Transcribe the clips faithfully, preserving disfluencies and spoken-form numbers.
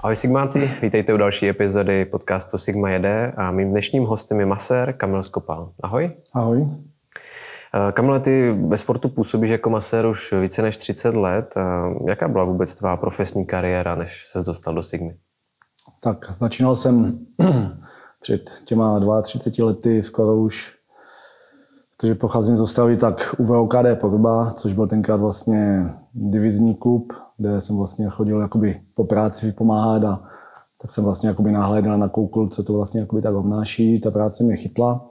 Ahoj Sigmáci, vítejte u další epizody podcastu Sigma jede a mým dnešním hostem je masér Kamil Skopal. Ahoj. Ahoj. Kamile, ty ve sportu působíš jako masér už více než třicet let. Jaká byla vůbec tvá profesní kariéra, než ses dostal do Sigmy? Tak začínal jsem před těma třiceti dvěma lety skoro už, protože pocházím z Ostravy, tak u V O K D Porba, což byl tenkrát vlastně divizní klub, kde jsem vlastně chodil jakoby po práci vypomáhat a tak jsem vlastně jakoby nahlédl, nakoukl, co to vlastně jakoby tak obnáší. Ta práce mě chytla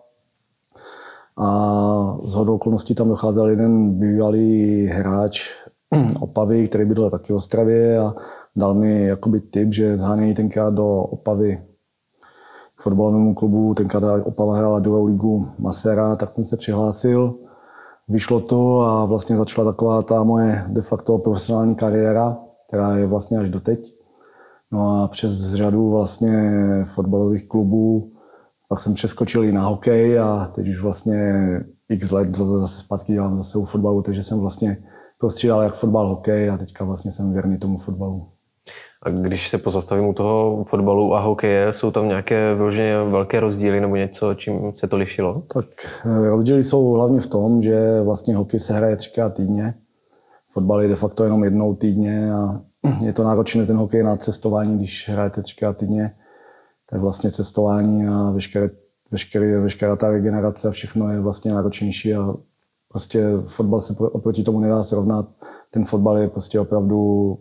a shodou okolností tam docházel jeden bývalý hráč Opavy, který bydlel taky v Ostravě a dal mi jakoby tip, že zhánějí tenkrát do Opavy k fotbalovému klubu, tenkrát Opava hrála druhou ligu maséra, tak jsem se přihlásil. Vyšlo to a vlastně začala taková ta moje de facto profesionální kariéra, která je vlastně až doteď. No a přes řadu vlastně fotbalových klubů pak jsem přeskočil i na hokej a teď už vlastně x let zase zpátky dělám zase u fotbalu, takže jsem vlastně prostřídal jak fotbal, hokej a teďka vlastně jsem věrný tomu fotbalu. A když se pozastavím u toho fotbalu a hokeje, jsou tam nějaké vyloženě velké rozdíly nebo něco, čím se to lišilo? Tak rozdíly jsou hlavně v tom, že vlastně hokej se hraje třikrát týdně, fotbal je de facto jenom jednou týdně a je to náročné ten hokej na cestování, když hrajete třikrát týdně, tak vlastně cestování a veškeré, veškeré, veškerá ta regenerace a všechno je vlastně náročnější a prostě fotbal se oproti tomu nedá srovnat. Ten fotbal je prostě opravdu,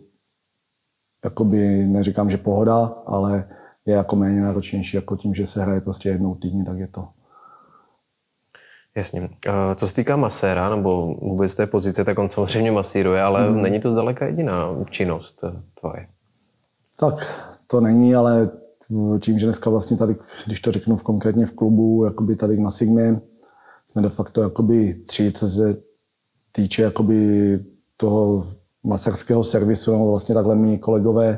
jakoby neříkám, že pohoda, ale je jako méně náročnější, jako tím, že se hraje prostě jednou týdně, tak je to. Jasně. Co se týká maséra, nebo vůbec té pozice, tak on samozřejmě masíruje, ale hmm. není to zdaleka jediná činnost tvoje. Tak to není, ale tím, že dneska vlastně tady, když to řeknu v konkrétně v klubu, jakoby tady na Sigmě, jsme de facto jakoby tři, co se týče jakoby toho masérského servisu, nebo vlastně takhle mý kolegové.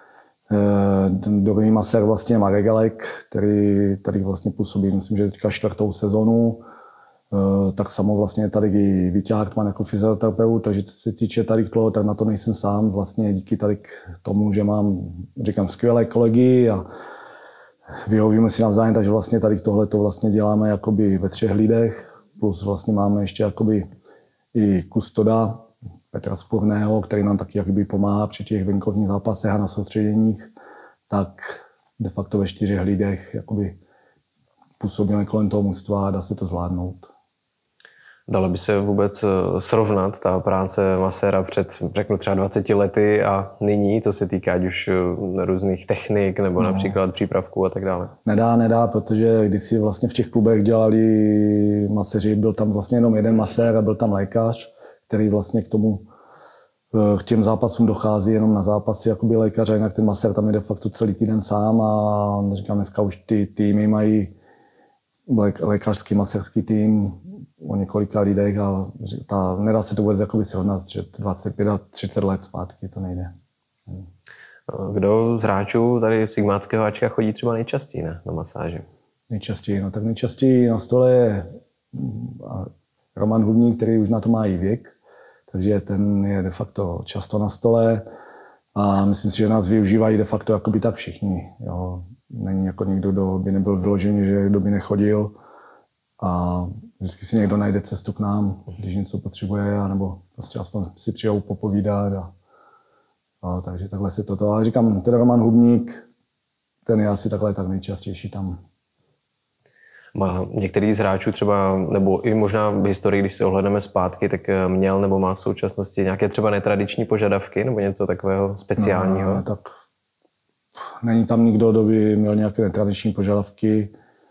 Druhý masér vlastně Marek Galek, který tady vlastně působí, myslím, že teďka čtvrtou sezonu. Tak samo vlastně tady i Vítě Hartman jako fyzioterapeut, takže co se týče tady toho, tak na to nejsem sám. Vlastně díky tady k tomu, že mám, říkám, skvělé kolegy a vyhovíme si navzájem, takže vlastně tady tohle to vlastně děláme jakoby ve třech lidech, plus vlastně máme ještě jakoby i kustoda Petra Spurného, který nám taky jakoby pomáhá při těch venkovních zápasech a na soustředěních, tak de facto ve čtyřech lidech jakoby působíme kolem toho mužstva a dá se to zvládnout. Dalo by se vůbec srovnat ta práce maséra před, řeknu, třeba dvaceti lety a nyní, co se týká ať už různých technik nebo no. například přípravků a tak dále? Nedá, nedá, protože když si vlastně v těch klubech dělali maséři, byl tam vlastně jenom jeden masér a byl tam lékař, který vlastně k tomu, k těm zápasům dochází jenom na zápasy jakoby lékaře, jinak ten masér tam je de facto celý týden sám a říkám, dneska už ty týmy mají lékařský masérský tým o několika lidech a ta, nedá se to vůbec jakoby srovnat, že dvacet pět a třicet let zpátky to nejde. Kdo z hráčů tady v sigmáckého háčka chodí třeba nejčastěji ne, na masáže? Nejčastěji, no tak nejčastěji na stole je Roman Hubník, který už na to má i věk, takže ten je de facto často na stole a myslím si, že nás využívají de facto jakoby tak všichni. Jo. Není jako někdo, kdo by nebyl vyložený, že kdo by nechodil a vždycky si někdo najde cestu k nám, když něco potřebuje, anebo prostě aspoň si přijou popovídat. A, a, takže takhle se toto. Ale říkám, ten Roman Hubník, ten je asi takhle tak nejčastější tam. Má některý z hráčů třeba, nebo i možná v historii, když se ohledneme zpátky, tak měl nebo má v současnosti nějaké třeba netradiční požadavky nebo něco takového speciálního? No, tak není tam nikdo, kdo by měl nějaké netradiční požadavky.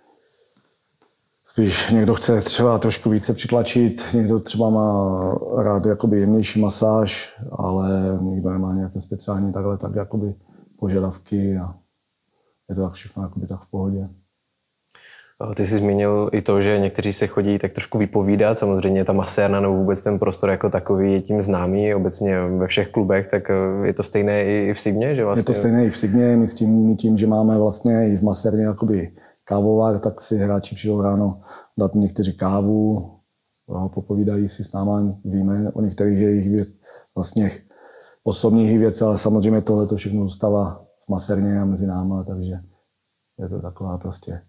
Spíš někdo chce třeba trošku více přitlačit, někdo třeba má rád jakoby jemnější masáž, ale nikdo nemá nějaké speciální takhle tak jakoby požadavky a je to tak všechno jakoby tak v pohodě. Ty jsi zmínil i to, že někteří se chodí tak trošku vypovídat. Samozřejmě ta masérna nebo vůbec ten prostor jako takový je tím známý obecně ve všech klubech, tak je to stejné i v Sigmě? Že vlastně... Je to stejné i v Sigmě, my s tím, my tím, že máme vlastně i v masérně jakoby kávovár, tak si hráči přijdou ráno dát někteří kávu, popovídají si s náma, víme o některých jejich věc, vlastně osobních věcí, ale samozřejmě tohle to všechno zůstává v masérně a mezi náma, takže je to taková prostě,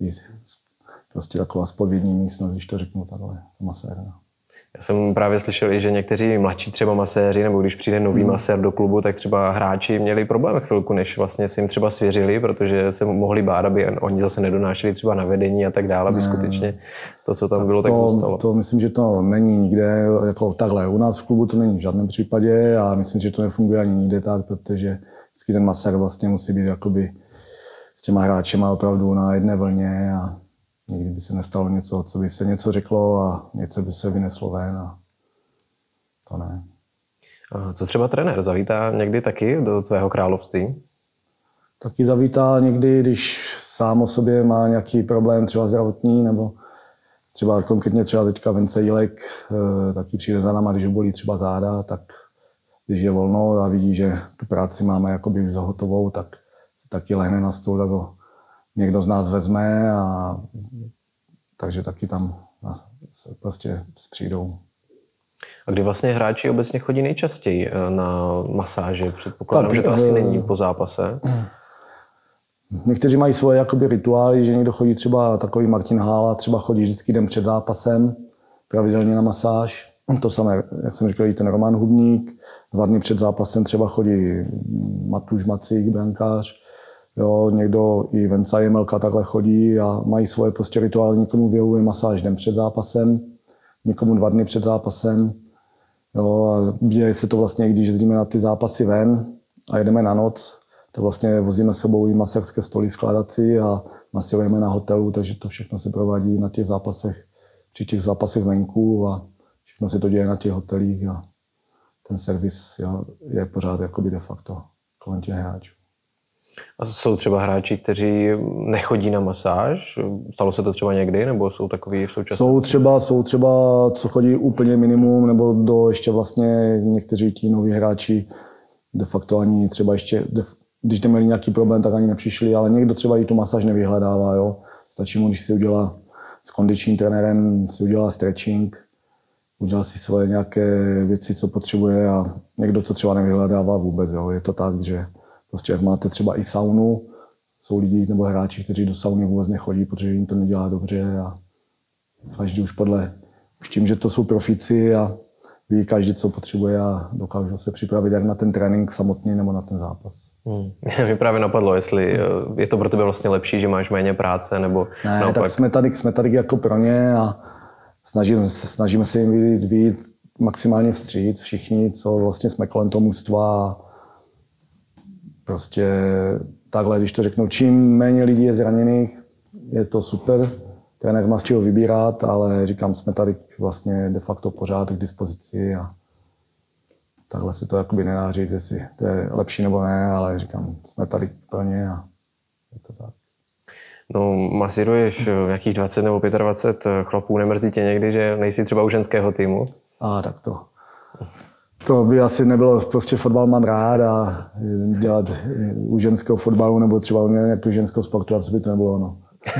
prostě taková spovědní místnost, když to řeknu takhle, masérna. Já jsem právě slyšel i, že někteří mladší třeba maséři, nebo když přijde nový hmm. masér do klubu, tak třeba hráči měli problém chvilku, než vlastně si jim třeba svěřili, protože se mohli bát, aby oni zase nedonášeli třeba na vedení a tak dále, aby skutečně to, co tam tak bylo, to, tak zůstalo. To myslím, že to není nikde jako takhle. U nás v klubu to není v žádném případě a myslím, že to nefunguje ani nikde tak, protože vždycky ten masér vlastně musí být jakoby s těma hráčema opravdu na jedné vlně a nikdy by se nestalo něco, co by se něco řeklo a něco by se vyneslo ven a to ne. A co třeba trenér? Zavítá někdy taky do tvého království? Taky zavítá někdy, když sám o sobě má nějaký problém třeba zdravotní, nebo třeba konkrétně třeba teďka Vence Jílek taky přijde za náma, když ho bolí třeba záda, tak když je volno a vidí, že tu práci máme jakoby už hotovou, tak taky lehne na stůl, tak ho někdo z nás vezme a takže taky tam se prostě přijdou. A kdy vlastně hráči obecně chodí nejčastěji na masáže? Předpokládám, tak, že to asi není po zápase. Někteří mají svoje jakoby rituály, že někdo chodí třeba takový Martin Hála, třeba chodí vždycky den před zápasem, pravidelně na masáž. To samé, jak jsem říkal, i ten Roman Hubník. Dva dny před zápasem třeba chodí Matuš Macík, brankář. Jo, někdo i Venca Jemelka takhle chodí a mají svoje prostě rituály. Někomu vyhovuje masáž den před zápasem, někomu dva dny před zápasem. Jo, a děje se to vlastně, když jezdíme na ty zápasy ven a jedeme na noc, to vlastně vozíme s sebou i masérské stoly skládací a masírujeme na hotelu, takže to všechno se provádí na těch zápasech, při těch zápasech venku a všechno se to děje na těch hotelích a ten servis je pořád jakoby de facto kolem těch hráčů. A jsou třeba hráči, kteří nechodí na masáž? Stalo se to třeba někdy, nebo jsou takový v současnosti? Jsou třeba, jsou třeba, co chodí úplně minimum, nebo do ještě vlastně někteří ti noví hráči de facto ani třeba ještě, když neměli nějaký problém, tak ani nepřišli, ale někdo třeba i tu masáž nevyhledává. Jo? Stačí mu, když si udělá s kondičním trenérem, si udělá stretching, udělá si svoje nějaké věci, co potřebuje a někdo to třeba nevyhledává vůbec. Jo? Je to tak, že prostě máte třeba i saunu, jsou lidi nebo hráči, kteří do sauny vůbec nechodí, protože jim to nedělá dobře a každý už podle, už tím, že to jsou profíci a ví každý, co potřebuje a dokážou se připravit jak na ten trénink samotný nebo na ten zápas. Hmm. Mě právě napadlo, jestli je to pro tebe vlastně lepší, že máš méně práce nebo ne, naopak. Tak jsme tady, jsme tady jako pro ně a snažíme, snažíme se jim vyjít, vyjít maximálně vstříc všichni, co vlastně jsme kolem toho mužstva. Prostě takhle, když to řeknu, čím méně lidí je zraněných, je to super. Trenér má z čeho vybírat, ale říkám, jsme tady vlastně de facto pořád k dispozici a takhle se to jakoby nedá říct, jestli to je lepší nebo ne, ale říkám, jsme tady pro ně a je to tak. No, masíruješ nějakých dvacet nebo dvacet pět chlapů, nemrzí tě někdy, že nejsi třeba u ženského týmu? A tak to. To by asi nebylo, prostě fotbal mám rád a dělat u ženského fotbalu nebo třeba u nějakého ženského sportu, asi by to nebylo ono.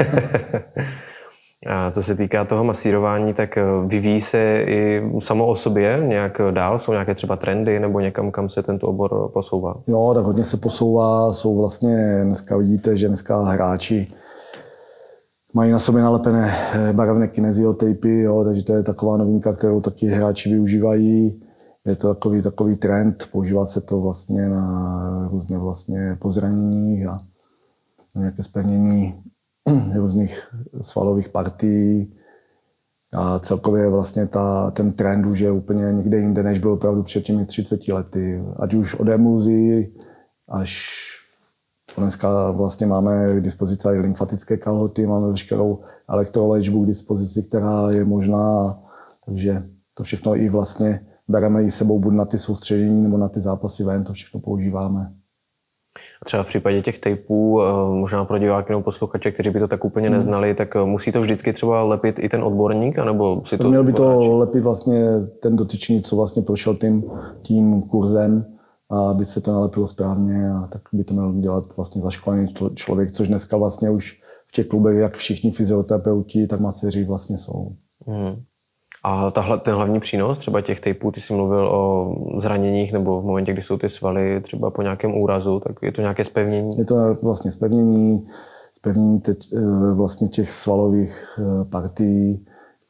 A co se týká toho masírování, tak vyvíjí se i samo o sobě nějak dál? Jsou nějaké třeba trendy nebo někam, kam se tento obor posouvá? Jo, tak hodně se posouvá. Jsou vlastně, dneska vidíte, že dneska hráči mají na sobě nalepené barevné kineziotejpy, jo, takže to je taková novinka, kterou taky hráči využívají. Je to takový, takový trend, používá se to vlastně na různé vlastně pozraněních a nějaké zpevnění různých svalových partií. A celkově vlastně ta, ten trend už je úplně někde jinde, než byl opravdu před těmi třiceti lety. Ať už od emulzí až dneska vlastně máme k dispozici i lymfatické kalhoty, máme veškerou elektroléčbu k dispozici, která je možná. Takže to všechno i vlastně bereme i sebou buď na ty soustředění nebo na ty zápasy ven, to všechno používáme. A třeba v případě těch tejpů, možná pro diváky nebo posluchače, kteří by to tak úplně neznali, tak musí to vždycky třeba lepit i ten odborník, anebo si to... Měl by to lepit vlastně ten dotyčný, co vlastně prošel tím, tím kurzem, aby se to nalepilo správně a tak by to měl dělat vlastně zaškolený člověk, což dneska vlastně už v těch klubech, jak všichni fyzioterapeuti, tak maséři vlastně jsou. Hmm. A ta, ten hlavní přínos třeba těch tejpů, ty jsi mluvil o zraněních nebo v momentě, kdy jsou ty svaly třeba po nějakém úrazu, tak je to nějaké zpevnění? Je to vlastně zpevnění, zpevnění teď, vlastně těch svalových partií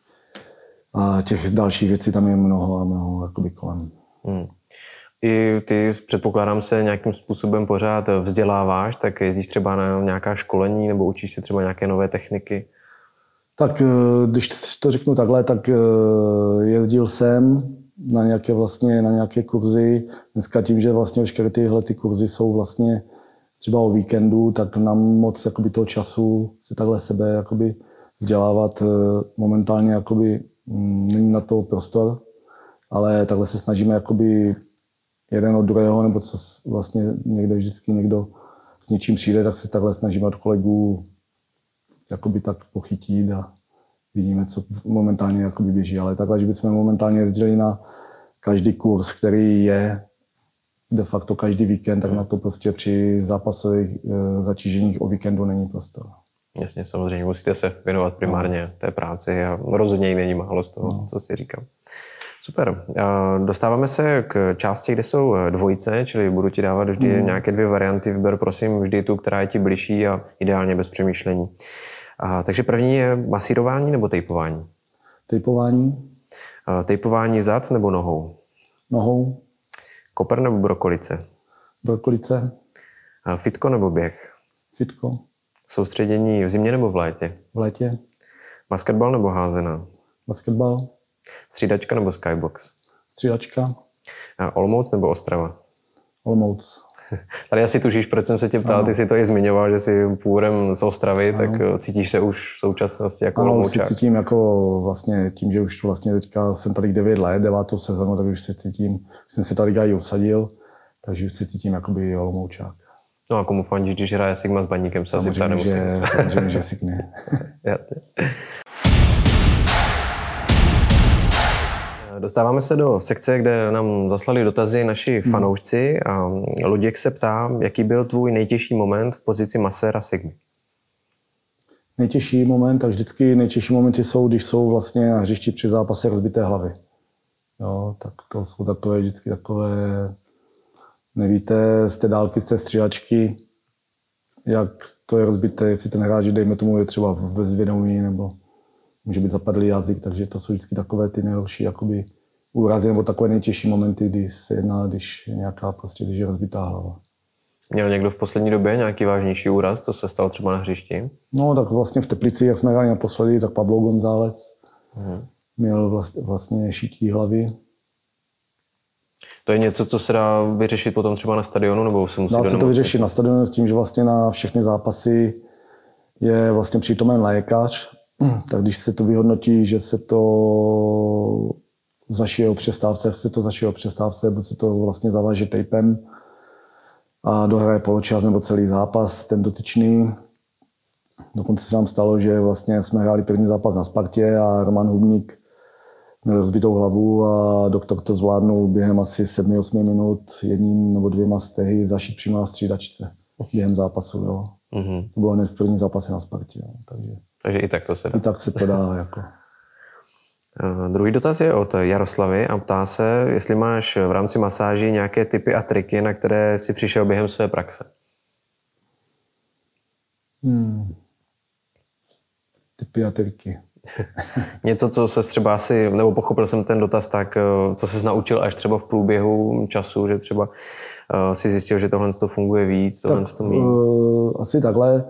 a těch dalších věcí tam je mnoho a mnoho jakoby kolem. Hmm. I ty, předpokládám, se nějakým způsobem pořád vzděláváš, tak jezdíš třeba na nějaká školení nebo učíš se třeba nějaké nové techniky? Tak když to řeknu takhle, tak jezdil jsem na nějaké, vlastně, na nějaké kurzy. Dneska tím, že vlastně veškeré tyhle ty kurzy jsou vlastně třeba o víkendu, tak nám moc jakoby, toho času se takhle sebe jakoby, vzdělávat momentálně jakoby, není na to prostor, ale takhle se snažíme jakoby, jeden od druhého, nebo co vlastně někde vždycky někdo s něčím přijde, tak se takhle snažíme od kolegů jakoby tak pochytit a vidíme, co momentálně jakoby běží. Ale takhle, že bychom momentálně jezdili na každý kurz, který je de facto každý víkend, tak na to prostě při zápasových zatíženích o víkendu není prostor. Jasně, samozřejmě musíte se věnovat primárně té práci a rozhodně jí není málo z toho, no. co si říkám. Super. Dostáváme se k části, kde jsou dvojice, čili budu ti dávat vždy mm. nějaké dvě varianty. Vyber prosím vždy tu, která je ti bližší a ideálně bez přemýšlení. A, takže první je masírování nebo tejpování? Tejpování. A, tejpování zad nebo nohou? Nohou. Koper nebo brokolice? Brokolice. A, fitko nebo běh? Fitko. Soustředění v zimě nebo v létě? V létě. Basketbal nebo házená? Basketbal. Střídačka nebo skybox? Střídačka. A Olomouc nebo Ostrava? Olomouc. Tady asi tušíš, proč jsem se tě ptal, ano. Ty si to i zmiňoval, že jsi původem z Ostravy, ano. tak cítíš se už v současnosti jako Olomoučák? Ano, cítím jako vlastně tím, že už vlastně teďka jsem tady devět let, devátou sezonu, tak už se cítím, už jsem se tady i usadil, takže už se cítím jakoby Olomoučák. No a komu fandíš, když hraje Sigma s Baníkem, se asi ptát nemusím. Že, samozřejmě, že Sigma. Jasně. Dostáváme se do sekce, kde nám zaslali dotazy naši fanoušci a Luděk se ptá, jaký byl tvůj nejtěžší moment v pozici maséra Sigmy? Nejtěžší moment, tak vždycky nejtěžší momenty jsou, když jsou vlastně na hřišti při zápase rozbité hlavy. Jo, tak to jsou takové vždycky takové, nevíte z té dálky, z té stříhačky, jak to je rozbité, jestli ten hráč, dejme tomu, je třeba bezvědomí nebo může být zapadlý jazyk, takže to jsou vždycky takové ty nejhorší jakoby úrazy nebo takové nejtěžší momenty, kdy se jedná, když je nějaká prostě, když je rozbitá hlava. Měl někdo v poslední době nějaký vážnější úraz, co se stalo třeba na hřišti? No tak vlastně v Teplici, jak jsme hráli naposledy, tak Pablo González hmm. měl vlastně šití hlavy. To je něco, co se dá vyřešit potom třeba na stadionu, nebo se musí dá do se to vyřešit na stadionu s tím, že vlastně na všechny zápasy je vlastně přítomen lékař. Tak když se to vyhodnotí, že se to zašije o přestávce, se to zašije o přestávce, buď se to vlastně zaváže tejpem a dohraje poločas nebo celý zápas, ten dotyčný. Dokonce se nám stalo, že vlastně jsme hráli první zápas na Spartě a Roman Hubník měl rozbitou hlavu a doktor to zvládnul během asi sedm osm minut jedním nebo dvěma stehy zašít přímo na střídačce během zápasu. Jo. Mm-hmm. To bylo hned v první zápase na Spartě. Jo. Takže Takže i tak to se dá. I tak se to dá. Jako. Uh, druhý dotaz je od Jaroslavy a ptá se, jestli máš v rámci masáží nějaké tipy a triky, na které jsi přišel během své praxe. Hmm. Tipy a triky. Něco, co se třeba asi, nebo pochopil jsem ten dotaz tak, co ses naučil až třeba v průběhu času, že třeba uh, si zjistil, že tohle to funguje víc, tohle tak, to míň. Uh, asi takhle.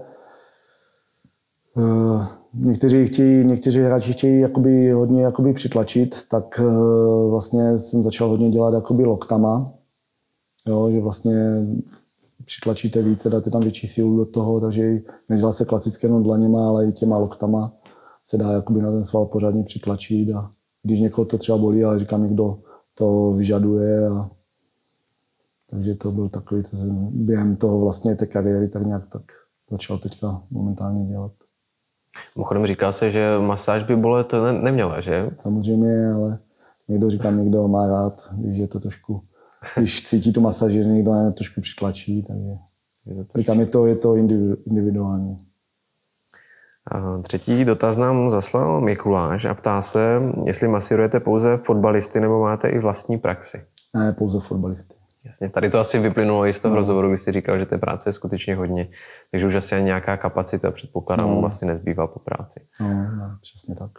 Uh, někteří, chtějí, někteří hráči chtějí jakoby hodně jakoby přitlačit, tak uh, vlastně jsem začal hodně dělat jakoby loktama. Jo, že vlastně přitlačíte více, dáte tam větší sílu do toho, takže nedělá se klasické jenom dlaněma, ale i těma loktama se dá jakoby na ten sval pořádně přitlačit. A když někoho to třeba bolí, ale říkám, někdo to vyžaduje. A takže to byl takový, to jsem během toho vlastně té kariéry tak nějak tak začal teďka momentálně dělat. Mimochodem říká se, že masáž by bolet ne- neměla, že? Samozřejmě, ale někdo říká, někdo má rád, když je to trošku, když cítí tu masáž, že někdo na trošku přitlačí, takže říkám, je to, je to individuální. A třetí dotaz nám zaslal Mikuláš a ptá se, jestli masírujete pouze fotbalisty nebo máte i vlastní praxi. Ne, pouze fotbalisty. Jasně, tady to asi vyplynulo i z toho no. rozhovoru, kdy jsi říkal, že té práce je skutečně hodně, takže už asi ani nějaká kapacita, předpokládám, no. asi nezbývá po práci. No, no, přesně tak.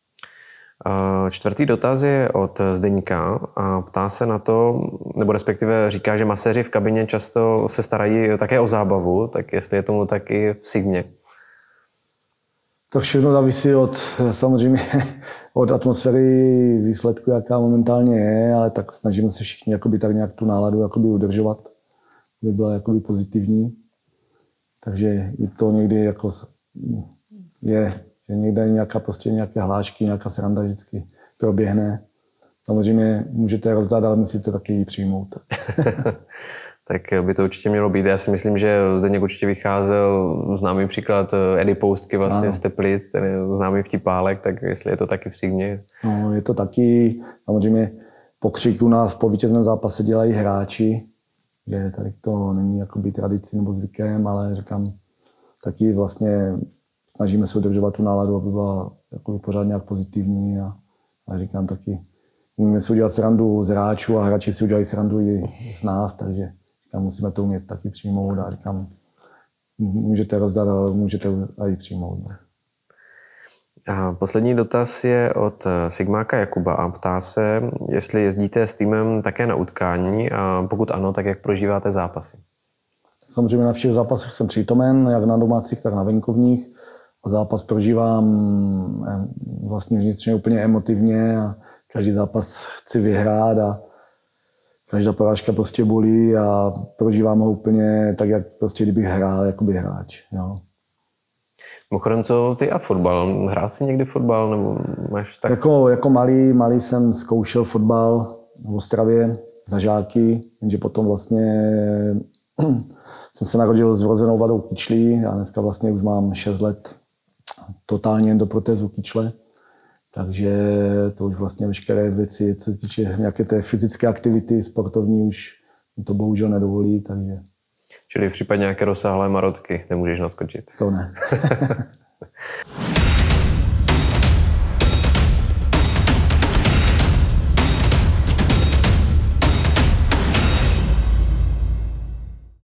Čtvrtý dotaz je od Zdeňka a ptá se na to, nebo respektive říká, že maséři v kabině často se starají také o zábavu, tak jestli je tomu tak i v Sigmě. To všechno závisí od, samozřejmě od atmosféry výsledku, jaká momentálně je, ale tak snažíme se všichni jakoby, tak nějak tu náladu jakoby, udržovat, aby byla jakoby, pozitivní. Takže i to někdy jako je, že někde nějaká, prostě nějaké hlášky, nějaká sranda vždycky proběhne. Samozřejmě můžete rozdat, ale musíte taky ji přijmout. Tak by to určitě mělo být. Já si myslím, že Zdeněk určitě vycházel známý příklad Eddie Poustky vlastně ano. z Teplic, ten je známý vtipálek, tak jestli je to taky v Sigmě. No, je to taky, samozřejmě pokřik u nás po vítězném zápase dělají hráči, že tady to není jakoby tradicí nebo zvykem, ale říkám, taky vlastně snažíme se udržovat tu náladu, aby byla jakoby pořád nějak pozitivní a, a říkám taky, umíme si udělat srandu z hráčů a hráči si udělají srandu i z nás, takže říkám, musíme to umět taky přijmout a říkám, můžete rozdat, ale můžete i přijmout. Ne? A poslední dotaz je od Sigmáka Jakuba a ptá se, jestli jezdíte s týmem také na utkání a pokud ano, tak jak prožíváte zápasy? Samozřejmě na všech zápasech jsem přítomen, jak na domácích, tak na venkovních. A zápas prožívám vlastně vnitřně úplně emotivně a každý zápas chci vyhrát a každá porážka prostě bolí a prožívám ho úplně tak, jak prostě kdybych hrál jakoby hráč. Jo. Mimochodem, co ty a fotbal? Hrál jsi někdy fotbal nebo máš tak? Jako, jako malý, malý jsem zkoušel fotbal v Ostravě za žáky, jenže potom vlastně jsem se narodil s vrozenou vadou kyčlí a dneska vlastně už mám šest let totálně endoprotézu kyčle. Takže to už vlastně veškeré věci, co se týče nějaké té fyzické aktivity sportovní, už to bohužel nedovolí, takže... Čili v případě nějaké rozsáhlé marotky nemůžeš naskočit? To ne.